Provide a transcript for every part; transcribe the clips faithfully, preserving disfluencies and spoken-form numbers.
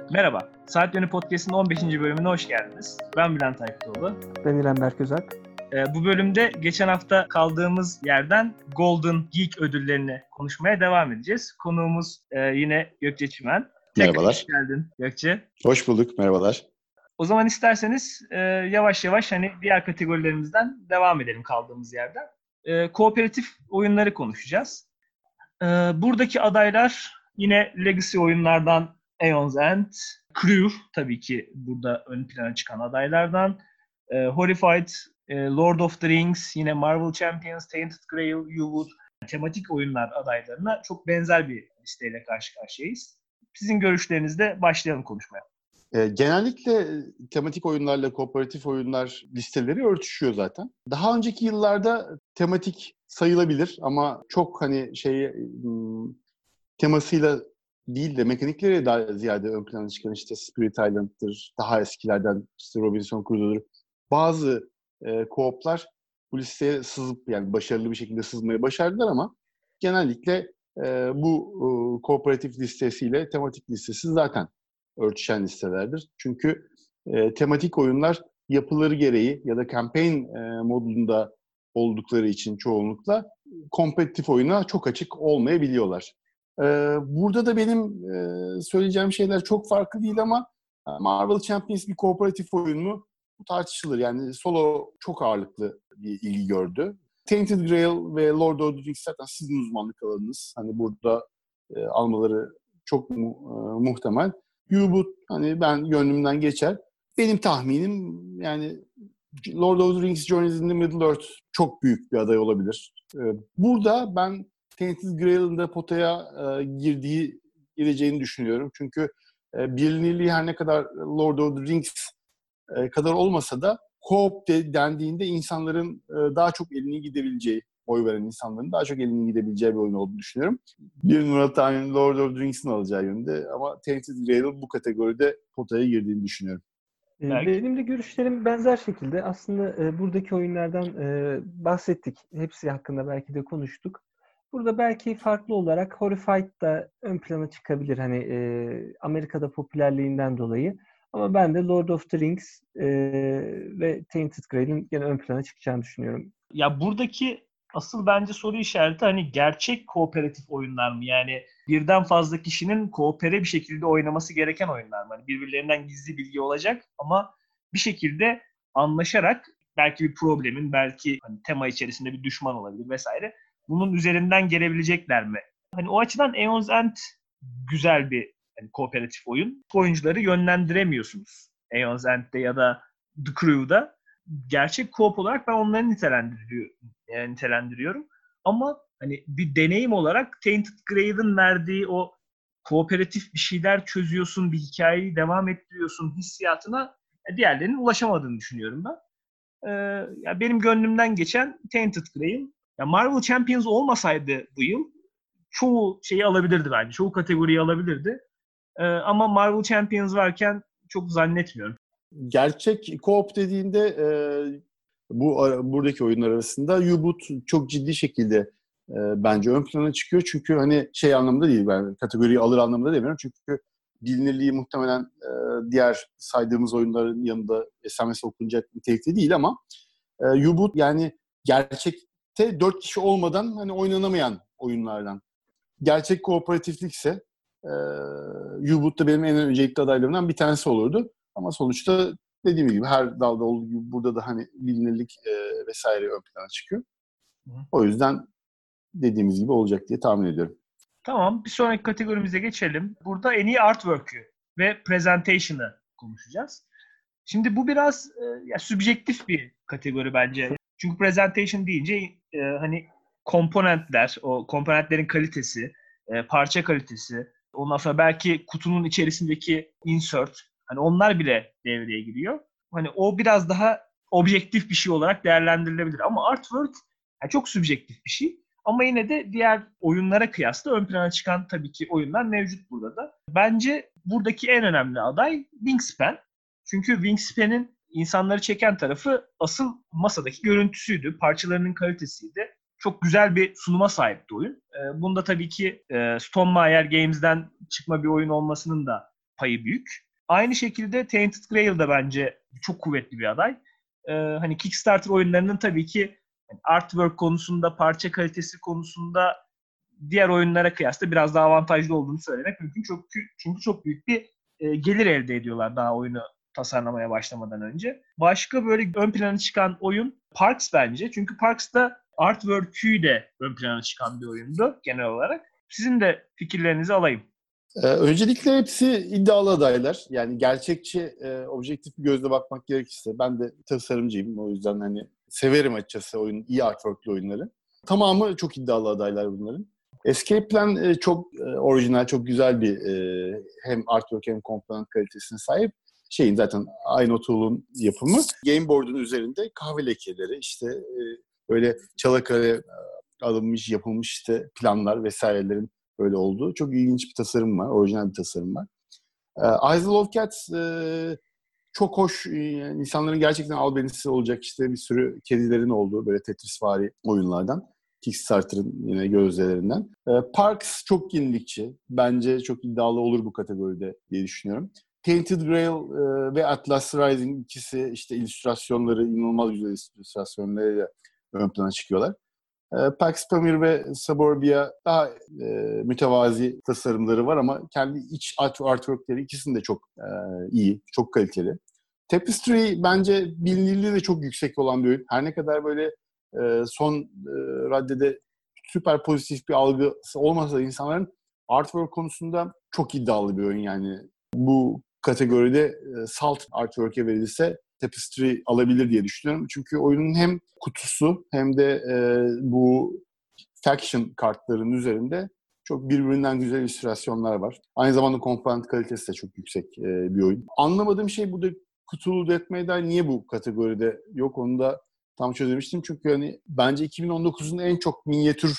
Merhaba, Saat Yönü Podcast'ın on beşinci bölümüne hoş geldiniz. Ben Bülent Aykıtoğlu. Ben İrem Berk Özak. Ee, bu bölümde geçen hafta kaldığımız yerden Golden Geek ödüllerini konuşmaya devam edeceğiz. Konuğumuz e, yine Gökçe Çimen. Merhabalar. Hoş geldin Gökçe. Hoş bulduk, merhabalar. O zaman isterseniz e, yavaş yavaş hani diğer kategorilerimizden devam edelim kaldığımız yerden. E, kooperatif oyunları konuşacağız. E, buradaki adaylar yine Legacy oyunlardan Aeon's End, Crew tabii ki burada ön plana çıkan adaylardan, e, Horrified, e, Lord of the Rings, yine Marvel Champions, Tainted Grail, You Would, tematik oyunlar adaylarına çok benzer bir listeyle karşı karşıyayız. Sizin görüşlerinizle başlayalım konuşmaya. E, genellikle tematik oyunlarla kooperatif oyunlar listeleri örtüşüyor zaten. Daha önceki yıllarda tematik sayılabilir ama çok hani şey hmm, temasıyla değil de mekaniklere daha ziyade ön plana çıkan işte Spirit Island'dır, daha eskilerden işte Robinson Crusoe'dur. Bazı e, co-op'lar bu listeye sızıp yani başarılı bir şekilde sızmayı başardılar ama genellikle e, bu e, kooperatif listesiyle tematik listesi zaten örtüşen listelerdir. Çünkü e, tematik oyunlar yapıları gereği ya da campaign e, modunda oldukları için çoğunlukla kompetitif oyuna çok açık olmayabiliyorlar. E, burada da benim e, söyleyeceğim şeyler çok farklı değil ama Marvel Champions bir kooperatif oyun mu? Bu tartışılır. Yani solo çok ağırlıklı bir ilgi gördü. Tainted Grail ve Lord of the Rings zaten sizin uzmanlık alanınız. Hani burada e, almaları çok mu, e, muhtemel. U-Boot hani ben gönlümden geçer. Benim tahminim yani Lord of the Rings Journeys in the Middle-earth çok büyük bir aday olabilir. E, burada ben Tainted Grail'in de potaya e, girdiği, gireceğini düşünüyorum. Çünkü e, bilinirliği her ne kadar Lord of the Rings e, kadar olmasa da co-op de, dendiğinde insanların e, daha çok elinin gidebileceği, oy veren insanların daha çok elinin gidebileceği bir oyun olduğunu düşünüyorum. Bir numara tahmin Lord of the Rings'in alacağı yönde ama Tainted Grail'in bu kategoride potaya girdiğini düşünüyorum. Belki. Benim de görüşlerim benzer şekilde. Aslında e, buradaki oyunlardan e, bahsettik. Hepsi hakkında belki de konuştuk. Burada belki farklı olarak Horrified da ön plana çıkabilir. Hani e, Amerika'da popülerliğinden dolayı. Ama ben de Lord of the Rings e, ve Tainted Grail'in gene ön plana çıkacağını düşünüyorum. Ya buradaki asıl bence soru işareti hani gerçek kooperatif oyunlar mı? Yani birden fazla kişinin koopere bir şekilde oynaması gereken oyunlar mı? Hani birbirlerinden gizli bilgi olacak ama bir şekilde anlaşarak belki bir problemin, belki hani tema içerisinde bir düşman olabilir vesaire. Bunun üzerinden gelebilecekler mi? Hani o açıdan Aeon's End güzel bir yani kooperatif oyun. Oyuncuları yönlendiremiyorsunuz. Aeon's End'de ya da The Crew'da. Gerçek co-op olarak ben onları nitelendiriyor, yani nitelendiriyorum. Ama hani bir deneyim olarak Tainted Grail'in verdiği o kooperatif bir şeyler çözüyorsun, bir hikayeyi devam ettiriyorsun hissiyatına diğerlerinin ulaşamadığını düşünüyorum ben. Ee, ya benim gönlümden geçen Tainted Grail. Ya Marvel Champions olmasaydı bu yıl çoğu şeyi alabilirdi bence. Çoğu kategoriyi alabilirdi. Ee, ama Marvel Champions varken çok zannetmiyorum. Gerçek co-op dediğinde e, bu buradaki oyunlar arasında U-Boot çok ciddi şekilde e, bence ön plana çıkıyor. Çünkü hani şey anlamında değil, ben kategoriyi alır anlamında demiyorum. Çünkü bilinirliği muhtemelen e, diğer saydığımız oyunların yanında S M S okunacak nitelikte değil ama e, U-Boot yani gerçekte dört kişi olmadan hani oynanamayan oyunlardan. Gerçek kooperatiflikse e, U-Boot da benim en öncelikli adaylarımdan bir tanesi olurdu. Ama sonuçta dediğim gibi her dalda olduğu gibi burada da hani bilinirlik e, vesaire ön plana çıkıyor. Hı. O yüzden dediğimiz gibi olacak diye tahmin ediyorum. Tamam, bir sonraki kategorimize geçelim. Burada en iyi artwork'ü ve presentation'ı konuşacağız. Şimdi bu biraz e, ya, subjektif bir kategori bence. Çünkü presentation deyince e, hani komponentler, o komponentlerin kalitesi, e, parça kalitesi, ondan sonra belki kutunun içerisindeki insert, hani onlar bile devreye giriyor. Hani o biraz daha objektif bir şey olarak değerlendirilebilir. Ama artwork yani çok subjektif bir şey. Ama yine de diğer oyunlara kıyasla ön plana çıkan tabii ki oyunlar mevcut burada da. Bence buradaki en önemli aday Wingspan. Çünkü Wingspan'in insanları çeken tarafı asıl masadaki görüntüsüydü. Parçalarının kalitesiydi. Çok güzel bir sunuma sahipti oyun. Bunda tabii ki Stonemaier Games'den çıkma bir oyun olmasının da payı büyük. Aynı şekilde Tainted Grail da bence çok kuvvetli bir aday. Ee, hani Kickstarter oyunlarının tabii ki artwork konusunda, parça kalitesi konusunda diğer oyunlara kıyasla biraz daha avantajlı olduğunu söylemek mümkün. Çok, çünkü çok büyük bir e, gelir elde ediyorlar daha oyunu tasarlamaya başlamadan önce. Başka böyle ön plana çıkan oyun Parks bence. Çünkü Parks'ta artwork'ü de ön plana çıkan bir oyundu genel olarak. Sizin de fikirlerinizi alayım. Ee, öncelikle hepsi iddialı adaylar. Yani gerçekçi, e, objektif bir gözle bakmak gerekirse. Ben de tasarımcıyım. O yüzden hani severim açıkçası oyun, iyi artwork'lu oyunları. Tamamı çok iddialı adaylar bunların. Escape Plan e, çok e, orijinal, çok güzel bir e, hem artwork hem komponent kalitesine sahip. Şeyin zaten aynı Tool'un yapımı. Game Board'un üzerinde kahve lekeleri, işte e, böyle çalakale e, alınmış, yapılmış işte planlar vesairelerin böyle olduğu. Çok ilginç bir tasarım var, orijinal bir tasarım var. E, Isle of Cats e, çok hoş, e, yani insanların gerçekten albenisi olacak işte bir sürü kedilerin olduğu böyle Tetrisvari oyunlardan. Kickstarter'ın yine gözdelerinden. E, Parks çok yenilikçi. Bence çok iddialı olur bu kategoride diye düşünüyorum. Tainted Grail e, ve Atlas Rising ikisi işte illüstrasyonları, inanılmaz güzel illüstrasyonlarıyla ön plana çıkıyorlar. E, Pax Pamir ve Suburbia daha e, mütevazi tasarımları var ama kendi iç art artworkleri ikisinin de çok e, iyi, çok kaliteli. Tapestry bence bilinirliği de çok yüksek olan bir oyun. Her ne kadar böyle e, son e, raddede süper pozitif bir algısı olmasa da insanların artwork konusunda çok iddialı bir oyun yani. Bu kategoride e, Salt artwork'e verilse Tapestry alabilir diye düşünüyorum. Çünkü oyunun hem kutusu hem de e, bu faction kartlarının üzerinde çok birbirinden güzel illüstrasyonlar var. Aynı zamanda komponent kalitesi de çok yüksek e, bir oyun. Anlamadığım şey burada Cthulhu Death May Die niye bu kategoride yok, onu da tam çözemiştim. Çünkü hani bence iki bin on dokuzun en çok minyatür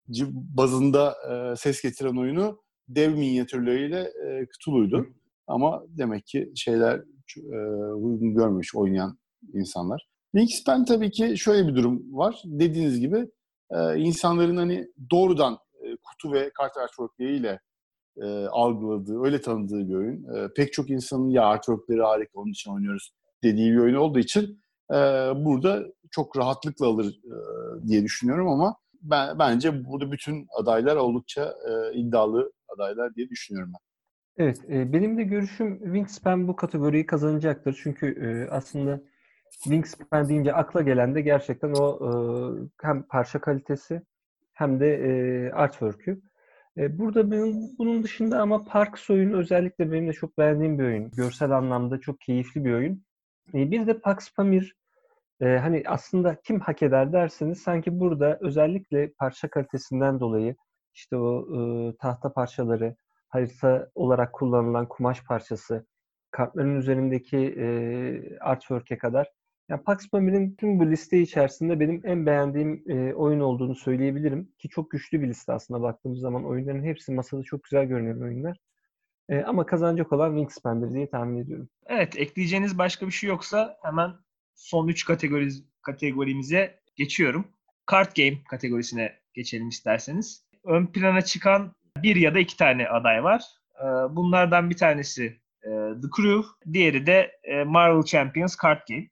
bazında e, ses getiren oyunu dev minyatürleriyle e, Cthulhu'ydu. Ama demek ki şeyler e, uygun görmüş oynayan insanlar. Wingspan tabii ki şöyle bir durum var. Dediğiniz gibi e, insanların hani doğrudan e, kutu ve kart artworkleriyle e, algıladığı, öyle tanıdığı bir oyun. E, pek çok insanın ya artworkleri harika, onun için oynuyoruz dediği bir oyun olduğu için e, burada çok rahatlıkla alır e, diye düşünüyorum ama ben, bence burada bütün adaylar oldukça e, iddialı adaylar diye düşünüyorum ben. Evet, e, benim de görüşüm Wingspan bu kategoriyi kazanacaktır. Çünkü e, aslında Wingspan deyince akla gelen de gerçekten o e, hem parça kalitesi hem de e, artwork'ü. E, burada benim, bunun dışında ama Parks oyunu özellikle benim de çok beğendiğim bir oyun. Görsel anlamda çok keyifli bir oyun. E, bir de Pax Pamir, e, hani aslında kim hak eder derseniz sanki burada özellikle parça kalitesinden dolayı işte o e, tahta parçaları, harita olarak kullanılan kumaş parçası, kartların üzerindeki e, artwork'e kadar. Yani Pax Pamir'in tüm bu liste içerisinde benim en beğendiğim e, oyun olduğunu söyleyebilirim. Ki çok güçlü bir liste aslında baktığımız zaman oyunların hepsi masada çok güzel görünen oyunlar. E, ama kazanacak olan Wingspan'dir diye tahmin ediyorum. Evet, ekleyeceğiniz başka bir şey yoksa hemen son üç kategori, kategorimize geçiyorum. Card Game kategorisine geçelim isterseniz. Ön plana çıkan bir ya da iki tane aday var. Bunlardan bir tanesi The Crew, diğeri de Marvel Champions Card Game.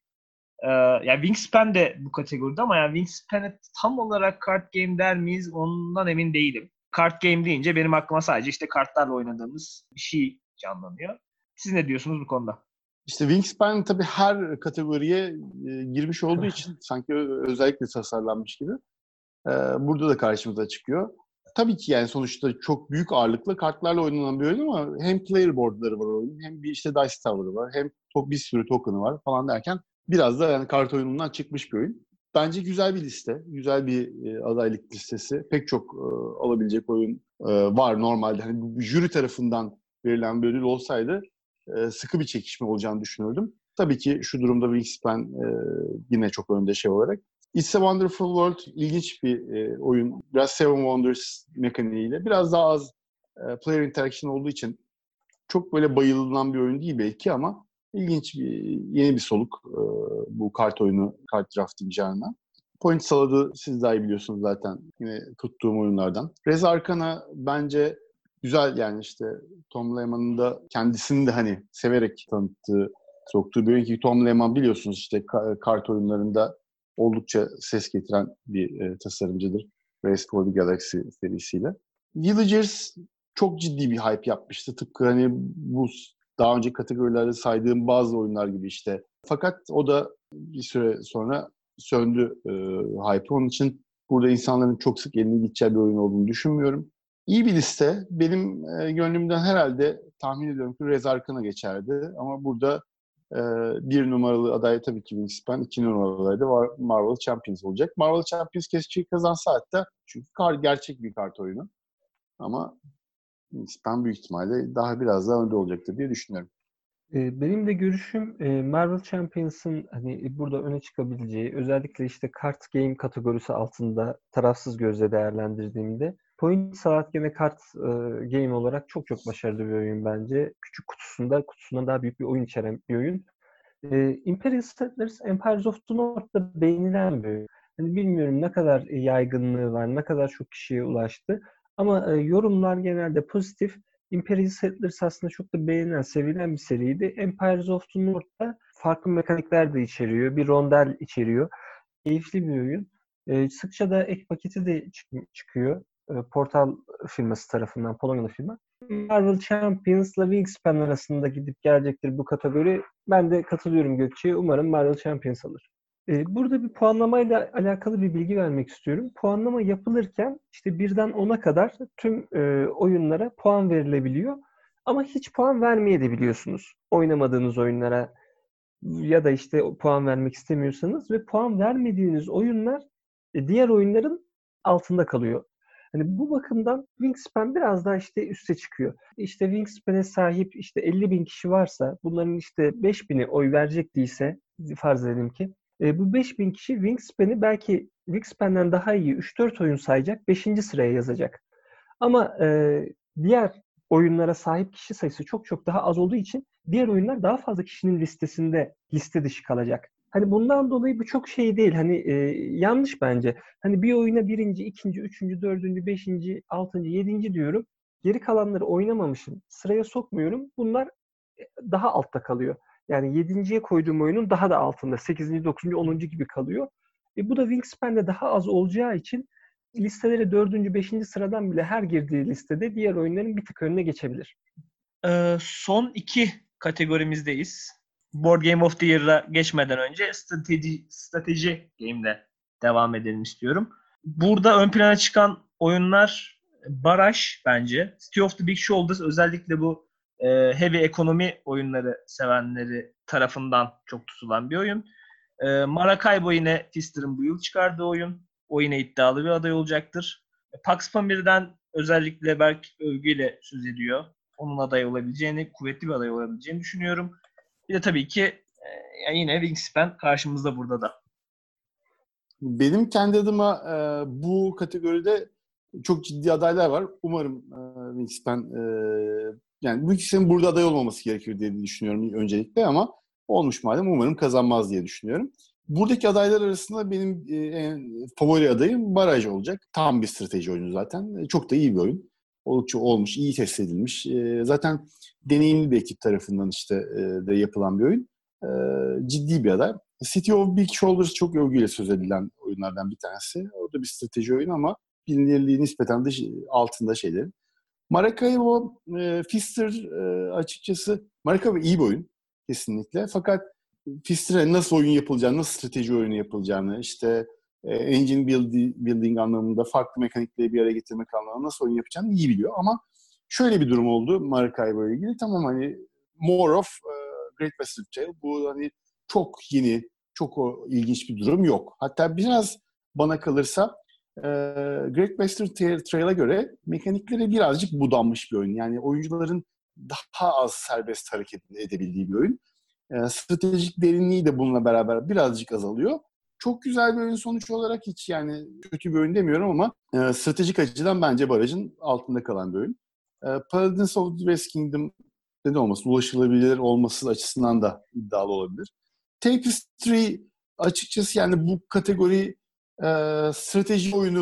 Yani Wingspan de bu kategoride ama yani Wingspan'e tam olarak Card Game der miyiz ondan emin değilim. Card Game deyince benim aklıma sadece işte kartlarla oynadığımız bir şey canlanıyor. Siz ne diyorsunuz bu konuda? İşte Wingspan tabii her kategoriye e, girmiş olduğu için sanki özellikle tasarlanmış gibi. E, burada da karşımıza çıkıyor. Tabii ki yani sonuçta çok büyük ağırlıkla kartlarla oynanan bir oyun ama hem player boardları var oyunun, hem bir işte dice tower'ı var, hem to- bir sürü token'ı var falan derken biraz da yani kart oyunundan çıkmış bir oyun. Bence güzel bir liste, güzel bir e, adaylık listesi. Pek çok e, alabilecek oyun e, var normalde. Hani bu jüri tarafından verilen bir ödül olsaydı e, sıkı bir çekişme olacağını düşünürdüm. Tabii ki şu durumda Wingspan e, yine çok önde şey olarak. It's a Wonderful World ilginç bir e, oyun. Biraz Seven Wonders mekaniğiyle. Biraz daha az e, player interaction olduğu için çok böyle bayılınan bir oyun değil belki ama ilginç bir, yeni bir soluk e, bu kart oyunu, kart drafting janrına. Point Salad'ı siz daha iyi biliyorsunuz zaten. Yine tuttuğum oyunlardan. Res Arcana bence güzel yani işte Tom Lehman'ın da kendisini de hani severek tanıttığı, soktuğu bir oyun ki Tom Lehman biliyorsunuz işte kart oyunlarında oldukça ses getiren bir e, tasarımcıdır. Race for the Galaxy serisiyle. Villagers çok ciddi bir hype yapmıştı. Tıpkı hani bu daha önce kategorilerde saydığım bazı oyunlar gibi işte. Fakat o da bir süre sonra söndü e, hype. Onun için burada insanların çok sık eline gideceği bir oyun olduğunu düşünmüyorum. İyi bir liste. Benim e, gönlümden herhalde tahmin ediyorum ki Res Arcana geçerdi. Ama burada e, bir numaralı aday tabii ki Wingspan, iki numaralı aday da Marvel Champions olacak. Marvel Champions keşke kazansa hatta çünkü kar, gerçek bir kart oyunu. Ama Wingspan büyük ihtimalle daha biraz daha önde olacaktır diye düşünüyorum. Benim de görüşüm Marvel Champions'ın hani burada öne çıkabileceği, özellikle işte kart game kategorisi altında tarafsız gözle değerlendirdiğimde Point Salad gene kart game olarak çok çok başarılı bir oyun bence. Küçük kutusunda, kutusundan daha büyük bir oyun içeren bir oyun. Imperial Settlers, Empires of the North'ta beğenilen bir oyun. Hani bilmiyorum ne kadar yaygınlığı var, ne kadar çok kişiye ulaştı. Ama yorumlar genelde pozitif. Imperial Settlers aslında çok da beğenilen, sevilen bir seriydi. Empires of the North'ta farklı mekanikler de içeriyor. Bir rondel içeriyor. Keyifli bir oyun. E, sıkça da ek paketi de çık- çıkıyor. E, Portal firması tarafından, Polonyalı firma. Marvel Champions'la Wingspan arasında gidip gelecektir bu kategori. Ben de katılıyorum Gökçe'ye. Umarım Marvel Champions alır. Burada bir puanlamayla alakalı bir bilgi vermek istiyorum. Puanlama yapılırken işte birden ona kadar tüm e, oyunlara puan verilebiliyor. Ama hiç puan vermeyebiliyorsunuz. Oynamadığınız oyunlara ya da işte puan vermek istemiyorsanız ve puan vermediğiniz oyunlar e, diğer oyunların altında kalıyor. Hani bu bakımdan Wingspan biraz daha işte üste çıkıyor. İşte Wingspan'e sahip işte elli bin kişi varsa bunların işte beş bini oy verecektiyse farz edelim ki e, bu beş bin kişi Wingspan'i belki Wingspan'den daha iyi üç dört oyun sayacak, beşinci sıraya yazacak. Ama e, diğer oyunlara sahip kişi sayısı çok çok daha az olduğu için diğer oyunlar daha fazla kişinin listesinde liste dışı kalacak. Hani bundan dolayı bu çok şey değil. Hani e, yanlış bence. Hani bir oyuna birinci, ikinci, üçüncü, dördüncü, beşinci, altıncı, yedinci diyorum. Geri kalanları oynamamışım. Sıraya sokmuyorum. Bunlar daha altta kalıyor. Yani yedinciye koyduğum oyunun daha da altında. sekizinci, dokuzuncu, onuncu gibi kalıyor. E, bu da Wingspan'de daha az olacağı için listelere dördüncü, beşinci sıradan bile her girdiği listede diğer oyunların bir tık önüne geçebilir. Ee, son iki kategorimizdeyiz. Board Game of the Year'a geçmeden önce strateji, strateji game'le devam edelim istiyorum. Burada ön plana çıkan oyunlar baraj bence. City of the Big Shoulders özellikle bu e, heavy ekonomi oyunları sevenleri tarafından çok tutulan bir oyun. E, Maracaibo yine Pfister'ın bu yıl çıkardığı oyun. O yine iddialı bir aday olacaktır. Pax Pamir'den özellikle Berk övgüyle söz ediyor. Onun aday olabileceğini, kuvvetli bir aday olabileceğini düşünüyorum. Bir de tabii ki e, yani yine Wingspan karşımızda burada da. Benim kendi adıma e, bu kategoride çok ciddi adaylar var. Umarım e, Wingspan e, yani bu ikisinin burada aday olmaması gerekiyor diye düşünüyorum öncelikle ama olmuş madem umarım kazanmaz diye düşünüyorum. Buradaki adaylar arasında benim e, en favori adayım Baraj olacak. Tam bir strateji oyunu zaten. Çok da iyi bir oyun. Oldukça olmuş, iyi test edilmiş. E, zaten deneyimli bir ekip tarafından işte e, de yapılan bir oyun. E, ciddi bir aday. City of Big Shoulders çok övgüyle söz edilen oyunlardan bir tanesi. O da bir strateji oyunu ama bilinirliği nispeten de altında şeylerin. Maracaibo, e, Pfister e, açıkçası Maracaibo iyi bir oyun kesinlikle. Fakat Pfister'e nasıl oyun yapılacağını, nasıl strateji oyunu yapılacağını, işte e, engine build, building anlamında farklı mekanikleri bir araya getirmek anlamında nasıl oyun yapacağını iyi biliyor. Ama şöyle bir durum oldu Maracaibo ile ilgili. Tamam hani more of e, Great Western Trail. Bu hani çok yeni, çok o ilginç bir durum yok. Hatta biraz bana kalırsa e, Great Western Trail'a göre mekanikleri birazcık budanmış bir oyun. Yani oyuncuların daha az serbest hareket edebildiği bir oyun. E, stratejik derinliği de bununla beraber birazcık azalıyor. Çok güzel bir oyun sonuç olarak hiç yani kötü bir oyun demiyorum ama e, stratejik açıdan bence barajın altında kalan bir oyun. E, Paladins of the West Kingdom neden olmasın, ulaşılabilir olması açısından da iddialı olabilir. Tapestry açıkçası yani bu kategori e, strateji oyunu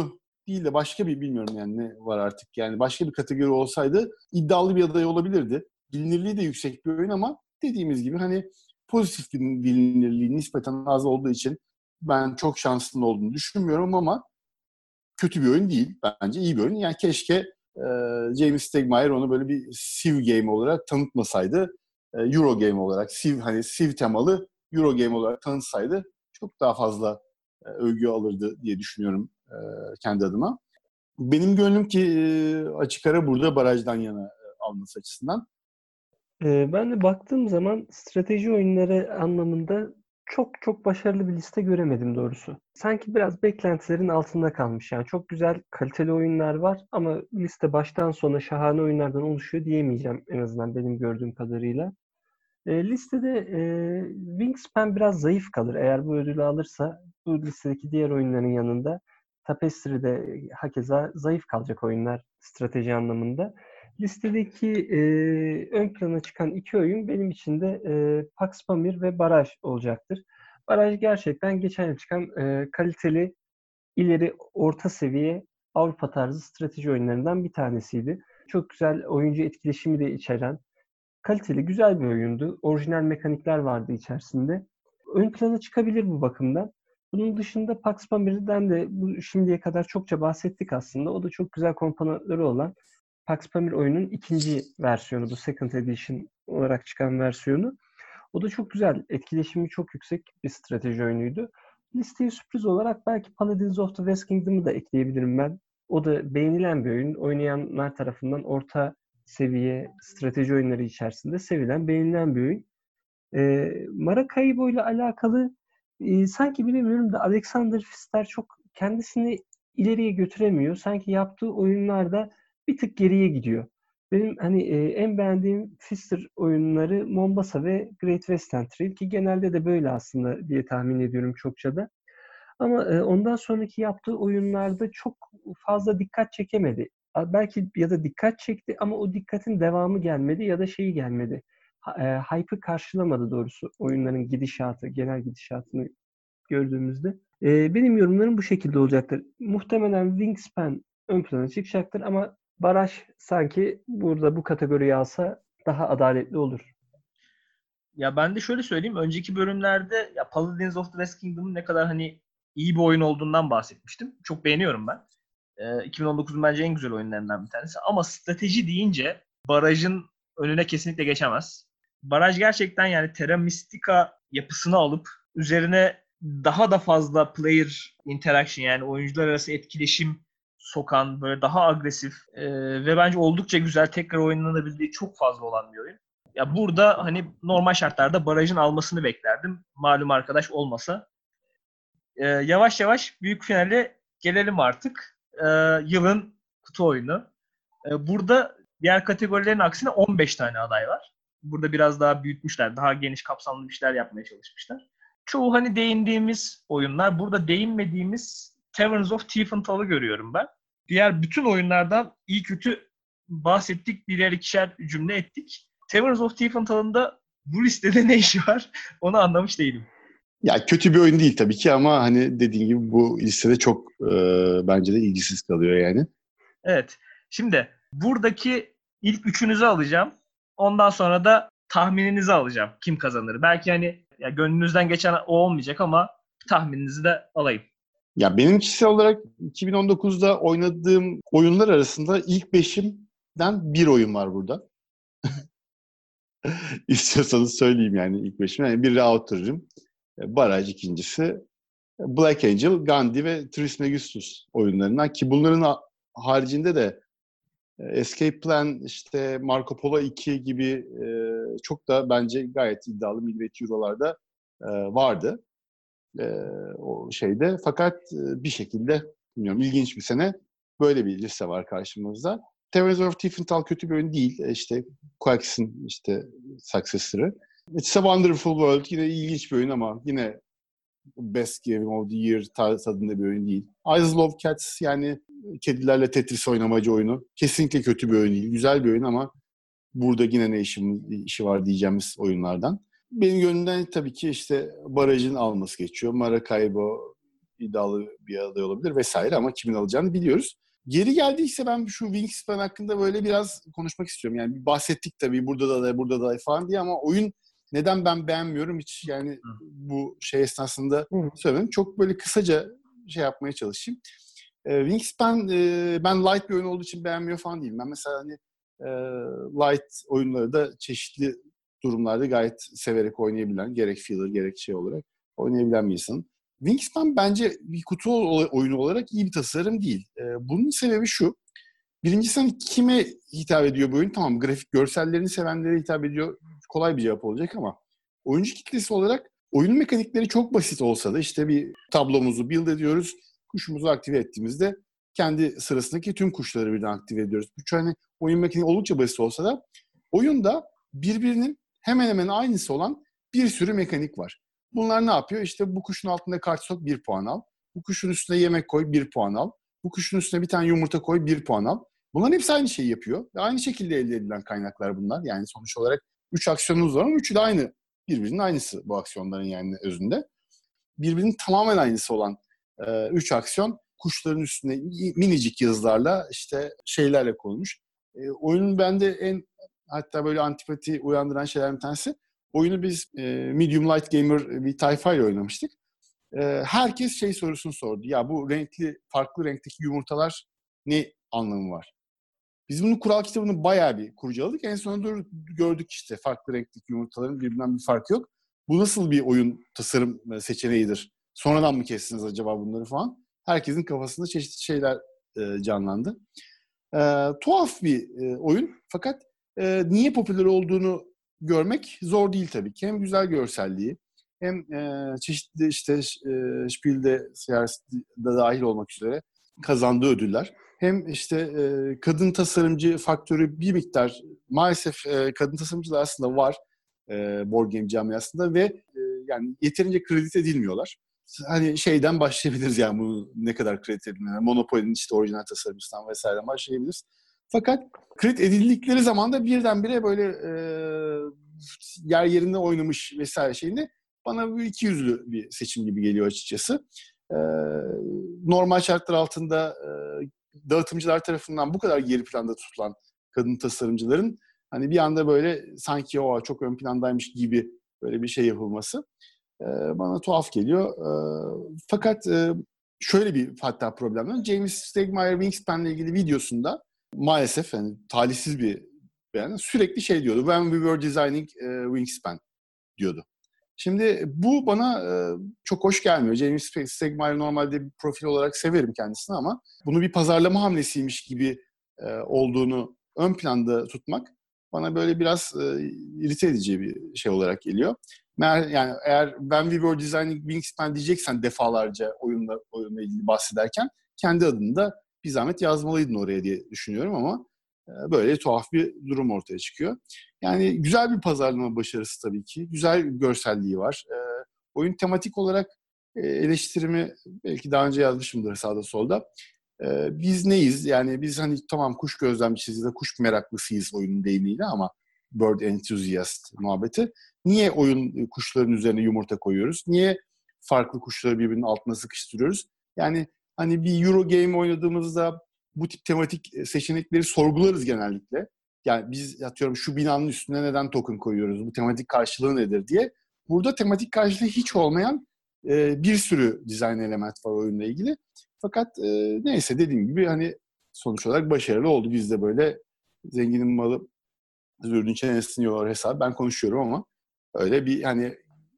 değil de başka bir bilmiyorum yani ne var artık. Yani başka bir kategori olsaydı iddialı bir aday olabilirdi. Bilinirliği de yüksek bir oyun ama dediğimiz gibi hani pozitif bilinirliği nispeten az olduğu için ben çok şanslı olduğunu düşünmüyorum ama kötü bir oyun değil. Bence iyi bir oyun. Yani keşke e, James Stegmaier onu böyle bir Civ game olarak tanıtmasaydı. E, Euro game olarak, Civ hani Civ temalı Euro game olarak tanıtsaydı çok daha fazla e, övgü alırdı diye düşünüyorum e, kendi adıma. Benim gönlüm ki e, açık ara burada barajdan yana e, alması açısından. Ee, ben de baktığım zaman strateji oyunları anlamında çok çok başarılı bir liste göremedim doğrusu. Sanki biraz beklentilerin altında kalmış. Yani çok güzel, kaliteli oyunlar var ama liste baştan sona şahane oyunlardan oluşuyor diyemeyeceğim en azından benim gördüğüm kadarıyla. E, listede e, Wingspan biraz zayıf kalır. Eğer bu ödülü alırsa bu listedeki diğer oyunların yanında Tapestry'de hakeza zayıf kalacak oyunlar strateji anlamında. Listedeki e, ön plana çıkan iki oyun benim için de e, Pax Pamir ve Baraj olacaktır. Baraj gerçekten geçen yıl çıkan e, kaliteli, ileri orta seviye Avrupa tarzı strateji oyunlarından bir tanesiydi. Çok güzel oyuncu etkileşimi de içeren, kaliteli, güzel bir oyundu. Orijinal mekanikler vardı içerisinde. Ön plana çıkabilir bu bakımdan. Bunun dışında Pax Pamir'den de bu şimdiye kadar çokça bahsettik aslında. O da çok güzel komponentleri olan Pax Pamir oyunun ikinci versiyonu, bu Second Edition olarak çıkan versiyonu. O da çok güzel, etkileşimi çok yüksek bir strateji oyunuydu. Listeye sürpriz olarak belki Paladins of the West Kingdom'ı da ekleyebilirim ben. O da beğenilen bir oyun. Oynayanlar tarafından orta seviye strateji oyunları içerisinde sevilen, beğenilen bir oyun. E, Maracaibo ile alakalı e, sanki bilemiyorum da Alexander Pfister çok kendisini ileriye götüremiyor. Sanki yaptığı oyunlarda bir tık geriye gidiyor. Benim hani e, en beğendiğim Pfister oyunları Mombasa ve Great Western Trail ki genelde de böyle aslında diye tahmin ediyorum çokça da. Ama e, ondan sonraki yaptığı oyunlarda çok fazla dikkat çekemedi. Belki ya da dikkat çekti ama o dikkatin devamı gelmedi ya da şeyi gelmedi. Ha- E, hype'ı karşılamadı doğrusu oyunların gidişatı, genel gidişatını gördüğümüzde. E, benim yorumlarım bu şekilde olacaktır. Muhtemelen Wingspan ön plana çıkacaktır ama Baraj sanki burada bu kategoriye alsa daha adaletli olur. Ya ben de şöyle söyleyeyim. Önceki bölümlerde ya Paladins of the West Kingdom'un ne kadar hani iyi bir oyun olduğundan bahsetmiştim. Çok beğeniyorum ben. Ee, iki bin on dokuzun bence en güzel oyunlarından bir tanesi. Ama strateji deyince Baraj'ın önüne kesinlikle geçemez. Baraj gerçekten yani Terra Mystica yapısını alıp üzerine daha da fazla player interaction yani oyuncular arası etkileşim sokan böyle daha agresif e, ve bence oldukça güzel tekrar oynanabildiği çok fazla olan bir oyun. Ya burada hani normal şartlarda Baraj'ın almasını beklerdim. Malum arkadaş olmasa. Ee, yavaş yavaş büyük finale gelelim artık. Ee, yılın kutu oyunu. Ee, burada diğer kategorilerin aksine on beş tane aday var. Burada biraz daha büyütmüşler. Daha geniş kapsamlı bir şeyler yapmaya çalışmışlar. Çoğu hani değindiğimiz oyunlar. Burada değinmediğimiz Taverns of Tiefental'ı görüyorum ben. Diğer bütün oyunlardan iyi kötü bahsettik. Birer ikişer cümle ettik. Taverns of Tiefental'ın da bu listede ne işi var onu anlamış değilim. Ya kötü bir oyun değil tabii ki ama hani dediğin gibi bu listede çok e, bence de ilgisiz kalıyor yani. Evet. Şimdi buradaki ilk üçünüzü alacağım. Ondan sonra da tahmininizi alacağım. Kim kazanır? Belki hani ya gönlünüzden geçen o olmayacak ama tahmininizi de alayım. Ya benim kişisel olarak iki bin on dokuzda oynadığım oyunlar arasında ilk beşimden bir oyun var burada. İstiyorsanız söyleyeyim yani ilk beşim. Yani biri Outer Rim, Baraj ikincisi, Black Angel, Gandhi ve Trismegistus oyunlarından ki bunların haricinde de Escape Plan, işte Marco Polo iki gibi e, çok da bence gayet iddialı milliyetçi Euro'larda e, vardı e, o şeyde. Fakat e, bir şekilde bilmiyorum ilginç bir sene böyle bir liste var karşımızda. Tales of Tiefenthal kötü bir oyun değil. E, işte Quakes'in işte successor'ı. It's a Wonderful World yine ilginç bir oyun ama yine Best Game of the Year tadında bir oyun değil. Eyes Love Cats yani kedilerle Tetris oynamacı oyunu. Kesinlikle kötü bir oyun değil. Güzel bir oyun ama burada yine ne işim, işi var diyeceğimiz oyunlardan. Benim gönlümden tabii ki işte Baraj'ın alması geçiyor. Maracaibo iddialı bir aday olabilir vesaire ama kimin alacağını biliyoruz. Geri geldiyse ben şu Wingspan hakkında böyle biraz konuşmak istiyorum. Yani bahsettik tabii burada da aday, burada da aday falan diye ama oyun neden ben beğenmiyorum hiç yani bu şey esnasında söylemedim. Çok böyle kısaca şey yapmaya çalışayım. E, Wingspan e, ben light bir oyun olduğu için beğenmiyor falan değilim. Ben mesela hani e, light oyunları da çeşitli durumlarda gayet severek oynayabilen, gerek filler gerek şey olarak oynayabilen bir insanım. Wingspan bence bir kutu oyunu olarak iyi bir tasarım değil. E, bunun sebebi şu. Birincisi hani kime hitap ediyor bu oyun? Tamam grafik görsellerini sevenlere hitap ediyor. Kolay bir cevap olacak ama oyuncu kitlesi olarak oyunun mekanikleri çok basit olsa da işte bir tablomuzu build ediyoruz. Kuşumuzu aktive ettiğimizde kendi sırasındaki tüm kuşları birden aktive ediyoruz. Bu hani oyun mekaniği oldukça basit olsa da oyunda birbirinin hemen hemen aynısı olan bir sürü mekanik var. Bunlar ne yapıyor? İşte bu kuşun altında kart sok bir puan al. Bu kuşun üstüne yemek koy bir puan al. Bu kuşun üstüne bir tane yumurta koy bir puan al. Bunların hepsi aynı şeyi yapıyor. Ve aynı şekilde elde edilen kaynaklar bunlar. Yani sonuç olarak üç aksiyonumuz var ama üçü de aynı. Birbirinin aynısı bu aksiyonların yani özünde. Birbirinin tamamen aynısı olan e, üç aksiyon kuşların üstüne minicik yazılarla işte şeylerle konulmuş. E, oyunun bende en hatta böyle antipati uyandıran şeylerden bir tanesi. Oyunu biz e, Medium Light Gamer bir tayfayla oynamıştık. E, herkes şey sorusunu sordu. Ya bu renkli, farklı renkteki yumurtalar ne anlamı var? Biz bunun kural kitabını bayağı bir kurcaladık. En sonunda gördük işte farklı renkteki yumurtaların birbirinden bir farkı yok. Bu nasıl bir oyun tasarım seçeneğidir? Sonradan mı kestiniz acaba bunları falan? Herkesin kafasında çeşitli şeyler e, canlandı. E, tuhaf bir e, oyun. Fakat e, niye popüler olduğunu görmek zor değil tabii ki. Hem güzel görselliği, hem e, çeşitli işte e, Spiel'de da dahil olmak üzere kazandığı ödüller. Hem işte e, kadın tasarımcı faktörü bir miktar maalesef e, kadın tasarımcılar aslında var e, board game camiasında ve e, yani yeterince kredite edilmiyorlar. Hani şeyden başlayabiliriz yani bunu ne kadar kredite edilmiyor. Monopoly'nin işte orijinal tasarımcısından vesaireden başlayabiliriz. Fakat kredit edildikleri zaman da birdenbire böyle e, yer yerinde oynamış vesaire şeyinde bana bir iki yüzlü bir seçim gibi geliyor açıkçası. E, normal şartlar altında e, dağıtımcılar tarafından bu kadar geri planda tutulan kadın tasarımcıların hani bir anda böyle sanki o çok ön plandaymış gibi böyle bir şey yapılması e, bana tuhaf geliyor. E, fakat e, şöyle bir hatta problem var. James Stegmaier Wingspan'le ilgili videosunda maalesef yani talihsiz bir yani sürekli şey diyordu. When we were designing e, Wingspan diyordu. Şimdi bu bana e, çok hoş gelmiyor. James Stegmaier normalde bir profil olarak severim kendisini ama bunu bir pazarlama hamlesiymiş gibi e, olduğunu ön planda tutmak bana böyle biraz e, irite edici bir şey olarak geliyor. Yani eğer when we were designing Wingspan diyeceksen defalarca oyunla, oyunla ilgili bahsederken kendi adını da bir zahmet yazmalıydın oraya diye düşünüyorum ama e, böyle tuhaf bir durum ortaya çıkıyor. Yani güzel bir pazarlama başarısı tabii ki. Güzel görselliği var. E, oyun tematik olarak e, eleştirimi belki daha önce yazmışımdır sağda solda. E, biz neyiz? Yani biz hani tamam kuş gözlemcisiyiz ya da kuş meraklısıyız oyunun deyimiyle ama bird enthusiast muhabbeti. Niye oyun kuşların üzerine yumurta koyuyoruz? Niye farklı kuşları birbirinin altına sıkıştırıyoruz? Yani hani bir Euro game oynadığımızda bu tip tematik seçenekleri sorgularız genellikle. Yani biz atıyorum şu binanın üstüne neden token koyuyoruz? Bu tematik karşılığı nedir diye. Burada tematik karşılığı hiç olmayan e, bir sürü dizayn element var oyunla ilgili. Fakat e, neyse dediğim gibi hani sonuç olarak başarılı oldu. Biz de böyle zenginin malı zürdün çenesini yorar hesabı. Ben konuşuyorum ama öyle bir hani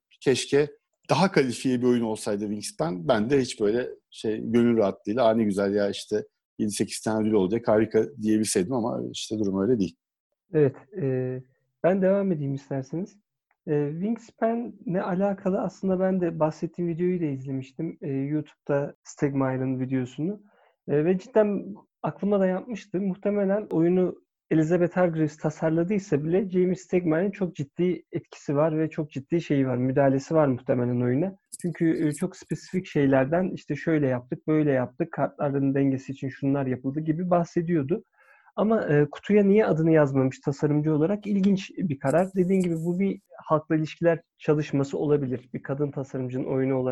keşke daha kalifiye bir oyun olsaydı Wingspan. Ben de hiç böyle şey gönül rahatlığıyla aa ne güzel ya işte yedi sekiz tane ödül olacak harika diyebilseydim ama işte durum öyle değil. Evet. E, ben devam edeyim isterseniz. E, Wingspan'le alakalı aslında ben de bahsettiğim videoyu da izlemiştim. E, YouTube'da Stegmaier'ın videosunu. E, ve cidden aklıma da yapmıştı. Muhtemelen oyunu Elizabeth Hargreaves tasarladıysa bile James Stegmaier'in çok ciddi etkisi var ve çok ciddi şeyi var, müdahalesi var muhtemelen oyuna. Çünkü e, çok spesifik şeylerden işte şöyle yaptık, böyle yaptık, kartların dengesi için şunlar yapıldı gibi bahsediyordu. Ama e, kutuya niye adını yazmamış tasarımcı olarak ilginç bir karar. Dediğim gibi bu bir halkla ilişkiler çalışması olabilir. Bir kadın tasarımcının oyunu olarak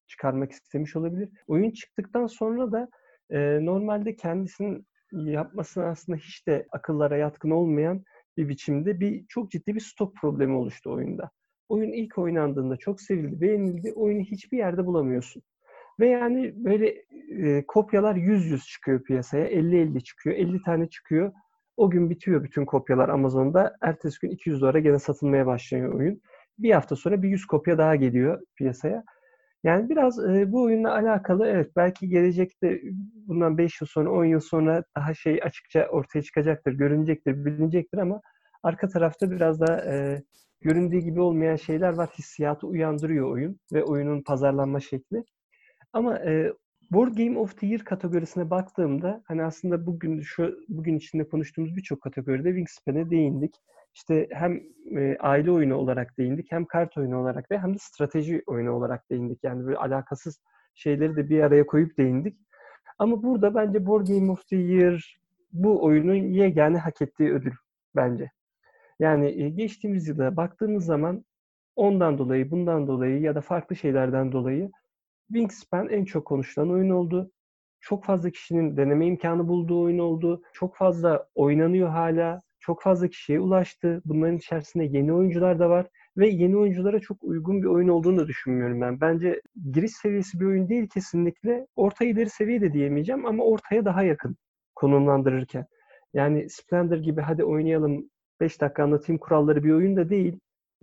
çıkarmak istemiş olabilir. Oyun çıktıktan sonra da e, normalde kendisinin yapmasına aslında hiç de akıllara yatkın olmayan bir biçimde bir çok ciddi bir stok problemi oluştu oyunda. Oyun ilk oynandığında çok sevildi, beğenildi. Oyunu hiçbir yerde bulamıyorsun. Ve yani böyle e, kopyalar yüz yüz çıkıyor piyasaya. elli elli çıkıyor. elli tane çıkıyor. O gün bitiyor bütün kopyalar Amazon'da. Ertesi gün iki yüz dolara gene satılmaya başlıyor oyun. Bir hafta sonra bir yüz kopya daha geliyor piyasaya. Yani biraz e, bu oyunla alakalı, evet, belki gelecekte bundan beş yıl sonra, on yıl sonra daha şey açıkça ortaya çıkacaktır, görünecektir, bilinecektir ama arka tarafta biraz da e, göründüğü gibi olmayan şeyler var. Hissiyatı uyandırıyor oyun ve oyunun pazarlanma şekli. Ama e, Board Game of the Year kategorisine baktığımda hani aslında bugün şu bugün içinde konuştuğumuz birçok kategoride Wingspan'e değindik. İşte hem e, aile oyunu olarak değindik, hem kart oyunu olarak ve hem de strateji oyunu olarak değindik. Yani böyle alakasız şeyleri de bir araya koyup değindik. Ama burada bence Board Game of the Year bu oyunun yegane hak ettiği ödül bence. Yani e, geçtiğimiz yıla baktığımız zaman ondan dolayı, bundan dolayı ya da farklı şeylerden dolayı Wingspan en çok konuşulan oyun oldu. Çok fazla kişinin deneme imkanı bulduğu oyun oldu. Çok fazla oynanıyor hala. Çok fazla kişiye ulaştı. Bunların içerisinde yeni oyuncular da var. Ve yeni oyunculara çok uygun bir oyun olduğunu da düşünmüyorum ben. Bence giriş seviyesi bir oyun değil kesinlikle. Orta ileri seviye de diyemeyeceğim ama ortaya daha yakın konumlandırırken. Yani Splendor gibi hadi oynayalım beş dakika anlatayım kuralları bir oyun da değil.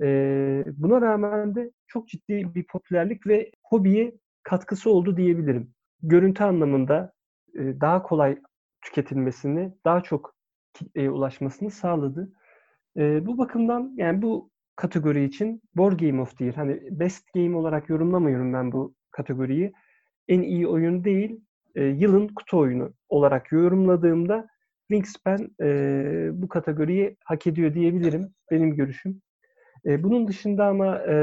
Ee, buna rağmen de çok ciddi bir popülerlik ve hobiye katkısı oldu diyebilirim. Görüntü anlamında e, daha kolay tüketilmesini, daha çok kitleye ulaşmasını sağladı. E, bu bakımdan yani bu kategori için Board Game of the Year, hani Best Game olarak yorumlamıyorum ben bu kategoriyi. En iyi oyun değil, e, yılın kutu oyunu olarak yorumladığımda Wingspan e, bu kategoriyi hak ediyor diyebilirim. Benim görüşüm. E, bunun dışında ama e,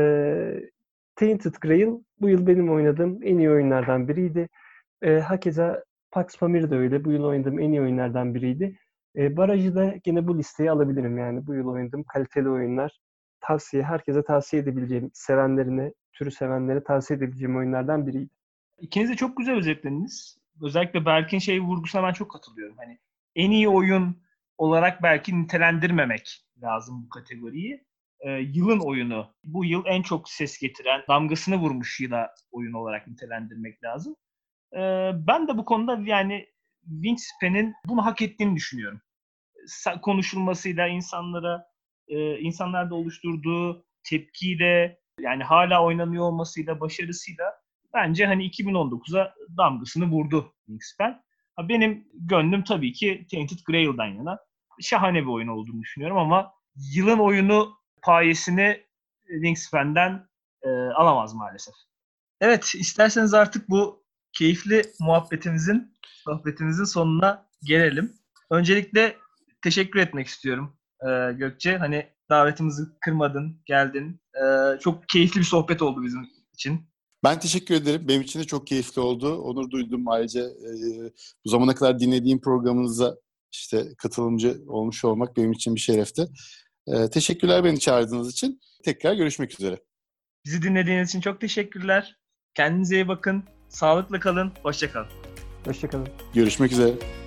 Tainted Grail bu yıl benim oynadığım en iyi oyunlardan biriydi. E, hakeza Pax Pamir de öyle. Bu yıl oynadığım en iyi oyunlardan biriydi. E, barajı da gene bu listeye alabilirim yani. Bu yıl oynadığım kaliteli oyunlar. Tavsiye, herkese tavsiye edebileceğim, sevenlerine, türü sevenlere tavsiye edebileceğim oyunlardan biriydi. İkiniz de çok güzel özetlediniz. Özellikle Berk'in şey vurgusuna ben çok katılıyorum. Hani en iyi oyun olarak belki nitelendirmemek lazım bu kategoriyi. Ee, yılın oyunu, bu yıl en çok ses getiren, damgasını vurmuş yıla oyun olarak nitelendirmek lazım. Ee, ben de bu konuda yani Wingspan'in bunu hak ettiğini düşünüyorum. Sa- konuşulmasıyla insanlara, e, insanlarda oluşturduğu tepkiyle, yani hala oynanıyor olmasıyla, başarısıyla bence hani iki bin on dokuza damgasını vurdu Wingspan. Ha, benim gönlüm tabii ki Tainted Grail'dan yana. Şahane bir oyun olduğunu düşünüyorum ama yılın oyunu payesini Wingspan'den e, alamaz maalesef. Evet, isterseniz artık bu keyifli muhabbetimizin, sohbetimizin sonuna gelelim. Öncelikle teşekkür etmek istiyorum e, Gökçe. Hani davetimizi kırmadın, geldin. E, çok keyifli bir sohbet oldu bizim için. Ben teşekkür ederim. Benim için de çok keyifli oldu. Onur duydum. Ayrıca e, bu zamana kadar dinlediğim programınıza işte katılımcı olmuş olmak benim için bir şerefti. E, teşekkürler beni çağırdığınız için. Tekrar görüşmek üzere. Bizi dinlediğiniz için çok teşekkürler. Kendinize iyi bakın. Sağlıklı kalın. Hoşça kalın. Hoşça kalın. Görüşmek üzere.